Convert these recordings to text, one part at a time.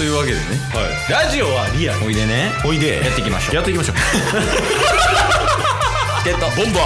というわけでね、 ラジオはリアル。 おいでね、 おいでやっていきましょう。 やっていきましょう。 チケットボンバ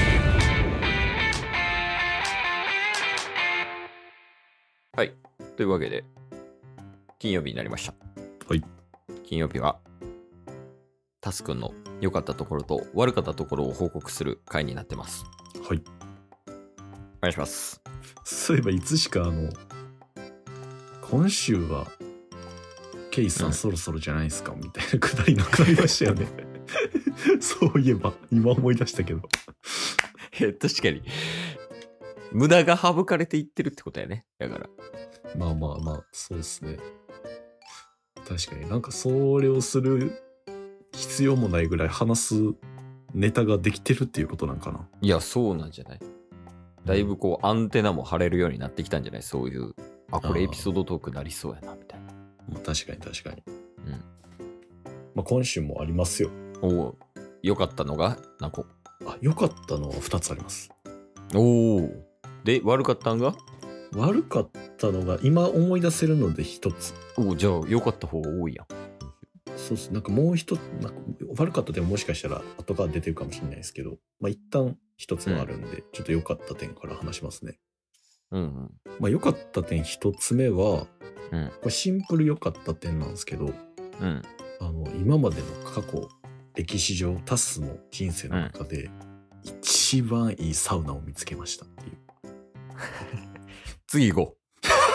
ー。はい、というわけで金曜日になりました。 はい。 金曜日はタスくんの良かったところと悪かったところを報告する回になってます。 はい。 お願いします。 そういえばいつしか今週はケイさんそろそろじゃないですか、みたいなくだりなくなりましたよね。そういえば今思い出したけど。 確かに無駄が省かれていってるってことやね。だからまあそうですね。確かになんかそれをする必要もないぐらい話すネタができてるっていうことなんかな。 いや、そうなんじゃない？だいぶこうアンテナも張れるようになってきたんじゃない？そういう、これエピソードトークなりそうやなみたいな。 まあ、確かに。 うん。 まあ今週もありますよ。 おお、良かったのが何個？ 良かったのは2つあります。 おお。で、悪かったのが？ 悪かったのが今思い出せるので1つ。 おお、じゃあ良かった方が多いやん。 そうっす。なんかもう一つ、悪かった点もしかしたら後から出てるかもしれないですけど、まあ一旦1つはあるんで、ちょっと良かった点から話しますね。 うんうん。 まあ良かった点1つ目は、 うん。 これシンプル良かった点なんですけど、 うん。 今までの過去、歴史上タスの人生の中で、一番いいサウナを見つけましたっていう。 次行こ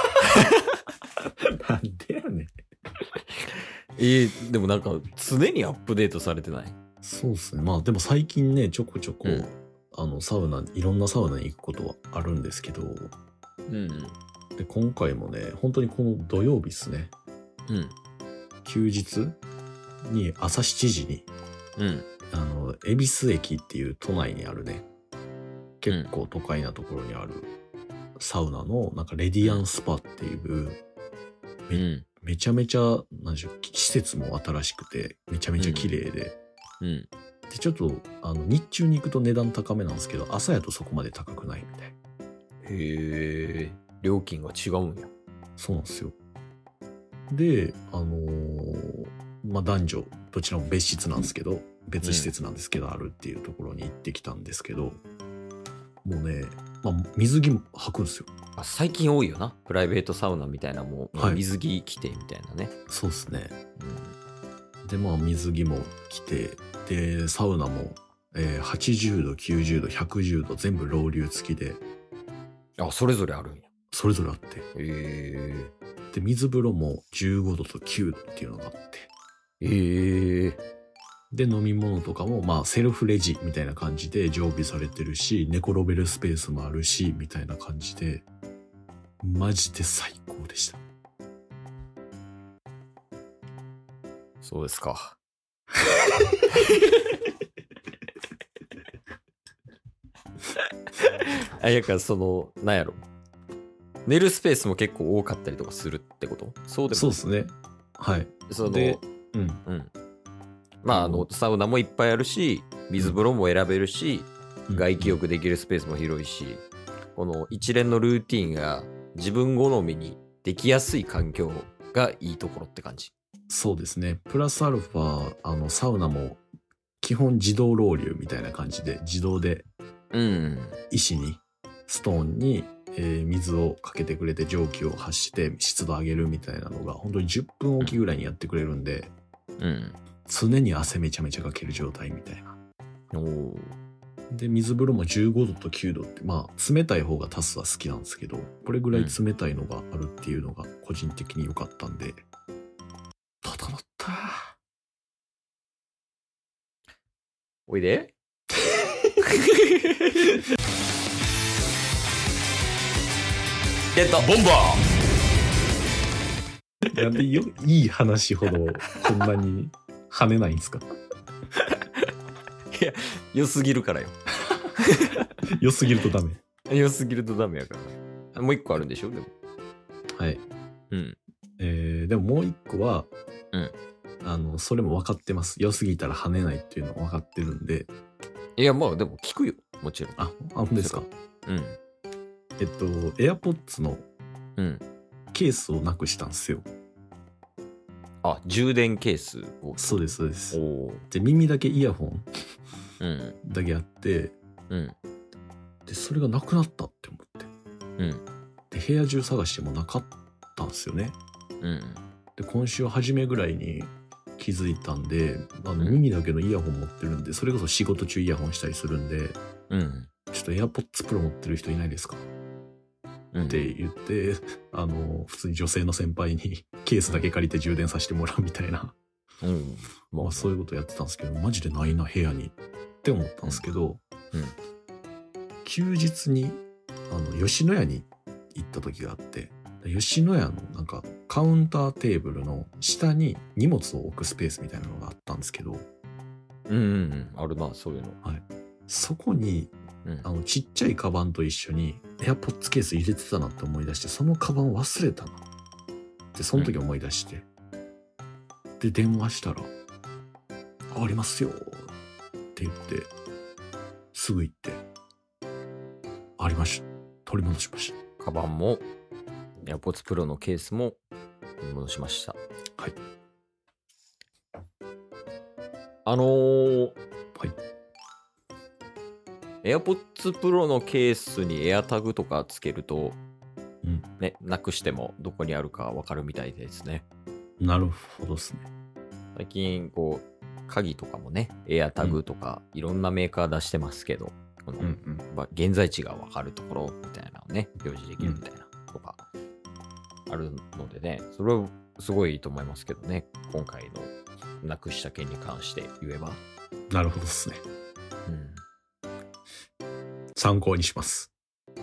なんでやねん。 でもなんか常にアップデートされてない？ そうですね。まあでも最近ね、ちょこちょこ、サウナ、いろんなサウナに行くことはあるんですけど、で、今回もね、本当にこの土曜日ですね。休日に朝7時に、恵比寿駅っていう都内にあるね、結構都会なところにあるサウナの、なんかレディアンスパっていう、めちゃめちゃ、施設も新しくて、めちゃめちゃ綺麗で、で、ちょっと、日中に行くと値段高めなんですけど、朝やとそこまで高くないみたいな。 へえ、料金が違うんや。 そうなんですよ。で、男女、どちらも別室なんですけど、別施設なんですけど、あるっていうところに行ってきたんですけど、もうね、水着も履くんですよ。 最近多いよな。プライベートサウナみたいなもう水着着てみたいなね。 そうですね。で、水着も着て、で、サウナも、80度、90度、110度、全部ロウリュ付きで。 それぞれあるんや。 それぞれあって。で、水風呂も15度と9度っていうのがあって。で、飲み物とかも、セルフレジみたいな感じで常備されてるし、寝転べるスペースもあるし、みたいな感じで、マジで最高でした。 そうですか。やからなんやろ。寝るスペースも結構多かったりとかするってこと？そうですね。はい。サウナもいっぱいあるし、水風呂も選べるし、外気浴できるスペースも広いし、この一連のルーティンが自分好みにできやすい環境がいいところって感じ。 そうですね。プラスアルファ、サウナも基本自動ロウリュみたいな感じで、自動で、石に、ストーンに、水をかけてくれて蒸気を発して湿度上げるみたいなのが本当に10分おきぐらいにやってくれるんで、常に汗めちゃめちゃかける状態みたいな。で、水風呂も15度と9度って、冷たい方がタスは好きなんですけど、これぐらい冷たいのがあるっていうのが個人的に良かったんで、整った。 おいで。ゲットボンバー。なんでいい話ほどこんなに跳ねないんですか？ いや、良すぎるからよ。 良すぎるとダメ。 良すぎるとダメやから。もう一個あるんでしょ？でも。 はい。でももう一個は、それも分かってます。良すぎたら跳ねないっていうの分かってるんで。 いや、でも聞くよ。もちろん。 本当ですか？AirPods のケースをなくしたんですよ。 あ、充電ケースを。 そうですそうです。 おで耳だけイヤホンうん。 だけあって、 うん。 でそれがなくなったって思って、 うん。 で部屋中探してもなかったんですよね。 うん。 で今週初めぐらいに気づいたんで、 ん耳だけのイヤホン持ってるんで、それこそ仕事中イヤホンしたりするんで、 うん。 ちょっと AirPods Pro 持ってる人いないですか、 うん。 って言って、普通に女性の先輩にケースだけ借りて充電させてもらうみたいな、 うん。 まあそういうことやってたんですけど、マジでないな部屋にって思ったんですけど、 うん。 休日に吉野家に行った時があって、吉野家のなんかカウンターテーブルの下に荷物を置くスペースみたいなのがあったんですけど、 うんうんうん、あるな、そういうの。 はい、そこに、ちっちゃいカバンと一緒に AirPods ケース入れてたなって思い出して、そのカバン忘れたなってその時思い出して、で電話したら「ありますよ」って言ってすぐ行って「ありました」取り戻しました。 カバンも AirPods Pro のケースも取り戻しました。 はい。 はい。AirPods Pro のケースに AirTag とかつけると、ね、なくしてもどこにあるかわかるみたいですね。 なるほどですね。 最近こう鍵とかもね AirTag とかいろんなメーカー出してますけど、この現在地がわかるところみたいなのをね表示できるみたいなとかあるのでね、それはすごいいいと思いますけどね、今回のなくした件に関して言えば。 なるほどですね。参考にします。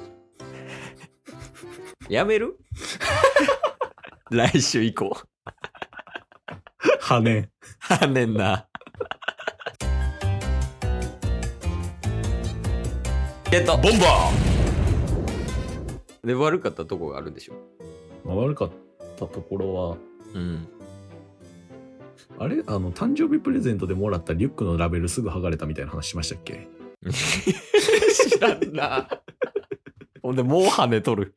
やめる来週以降。 はねんな。ボンバーで悪かったとこがあるんでしょ。 悪かったところは、あれ誕生日プレゼントでもらったリュックのラベルすぐ剥がれたみたいな話しましたっけ？ 知らんな。ほんでもう跳ねとる。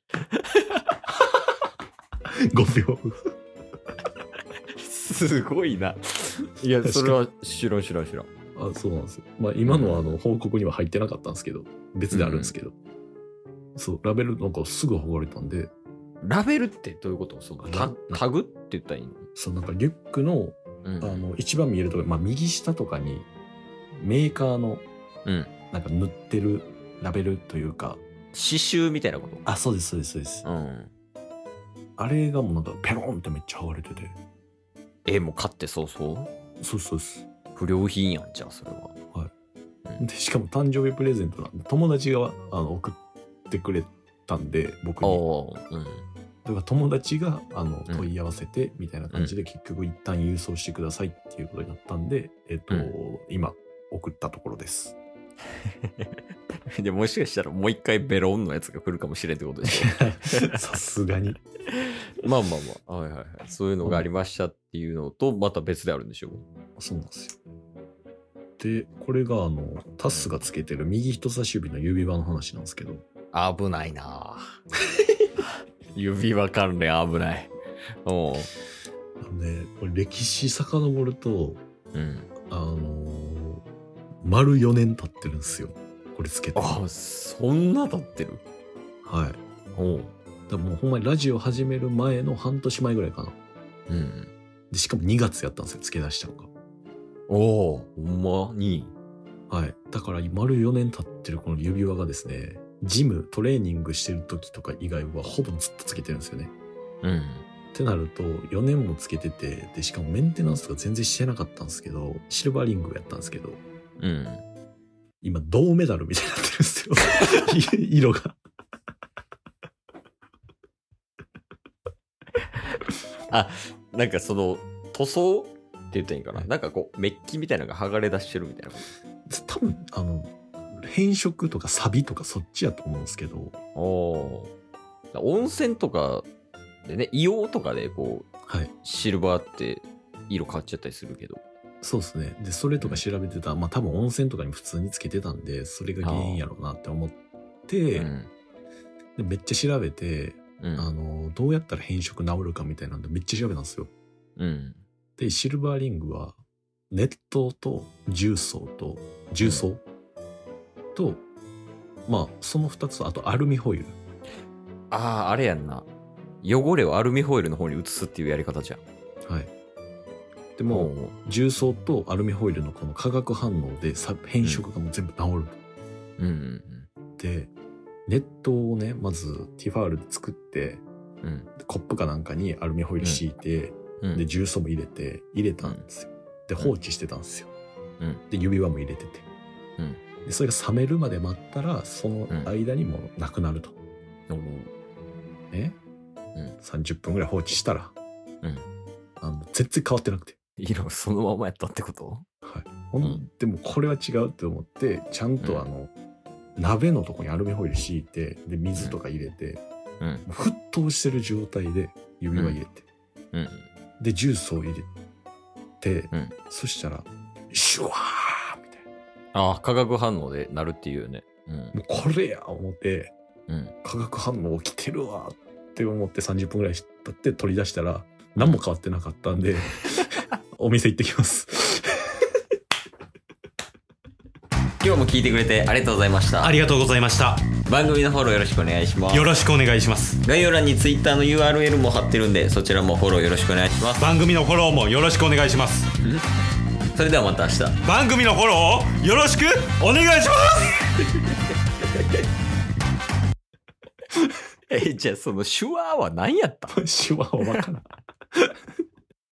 5秒。 すごいな。いや、それは知らん。 あ、そうなんですよ。まあ今の報告には入ってなかったんですけど、別であるんですけど、そうラベルなんかすぐ剥がれたんで。 ラベルってどういうこと？そのタグって言ったらいいの？ そう、なんかリュックの、一番見えるところ、まあ右下とかにメーカーのなんか塗ってるラベルというか、 刺繍みたいなこと？ あ、そうです。あれがもうなんかペロンってめっちゃ剥がれてて。 もう買ってそうです。不良品やんじゃあそれは。 はい。でしかも誕生日プレゼントなんで友達が送ってくれたんで僕に。だから友達が問い合わせてみたいな感じで結局一旦郵送してくださいっていうことになったんで、今送ったところです。 でもしかしたらもう一回ベロンのやつが来るかもしれんってことでしょ。 さすがに。 まあ。はい。そういうのがありましたっていうのとまた別であるんでしょう。 そうなんですよ。で、これがタスがつけてる右人差し指の指輪の話なんですけど。 危ないな指輪関連危ない。おう。 ね、これ歴史遡ると、丸4年経ってるんですよ。これつけて。 あ、そんな経ってる？ はい。おう。だもうほんまにラジオ始める前の半年前ぐらいかな。でしかも2月やったんですよ、付け出したのが。 おお、ほんまに。 はい。だから丸4年経ってるこの指輪がですね、ジム、トレーニングしてる時とか以外はほぼずっとつけてるんですよね。ってなると、4年もつけてて、で、しかもメンテナンスとか全然してなかったんですけど、シルバーリングやったんですけど、今、銅メダルみたいになってるんですよ。色が。 あ、なんかその塗装って言ったらいいかな、なんかこうメッキみたいなのが剥がれ出してるみたいな。 多分変色とか錆びとかそっちやと思うんですけど。 温泉とかでね、硫黄とかでこう、シルバーって色変わっちゃったりするけど。 そうですね。でそれとか調べてたら、まあ多分温泉とかに普通につけてたんで、それが原因やろうなって思って、でめっちゃ調べて、どうやったら変色治るかみたいなんでめっちゃ調べたんですよ。 でシルバーリングは熱湯と重曹とまあその2つ、あとアルミホイル。 ああ、あれやんな。汚れをアルミホイルの方に移すっていうやり方じゃん。 はい。でも重曹とアルミホイルのこの化学反応で変色がもう全部治る。 うんうんうん。 で熱湯をねまずティファールで作って、 うん、 コップかなんかにアルミホイル敷いて、 うん、 で重曹も入れたんですよ。で放置してたんですよ。 うん、で指輪も入れてて、 うん、 でそれが冷めるまで待ったらその間にもうなくなると。ね、30分ぐらい放置したら、全然変わってなくて。 色そのままやったってこと？ はい。でもこれは違うって思ってちゃんと鍋のとこにアルミホイル敷いて、で水とか入れて、沸騰してる状態で指輪入れて、で重曹入れて、そしたらシュワーみたいな。 ああ、化学反応でなるっていうね。 もうこれや思って、化学反応起きてるわって思って30分ぐらい経って取り出したら何も変わってなかったんでお店行ってきます。 今日も聞いてくれてありがとうございました。 ありがとうございました。 番組のフォローよろしくお願いします。 よろしくお願いします。 概要欄に Twitter の URL も貼ってるんで、そちらもフォローよろしくお願いします。 番組のフォローもよろしくお願いします。 それではまた明日。 番組のフォローをよろしくお願いします。 じゃあその手話は何やった？ 手話は分からん。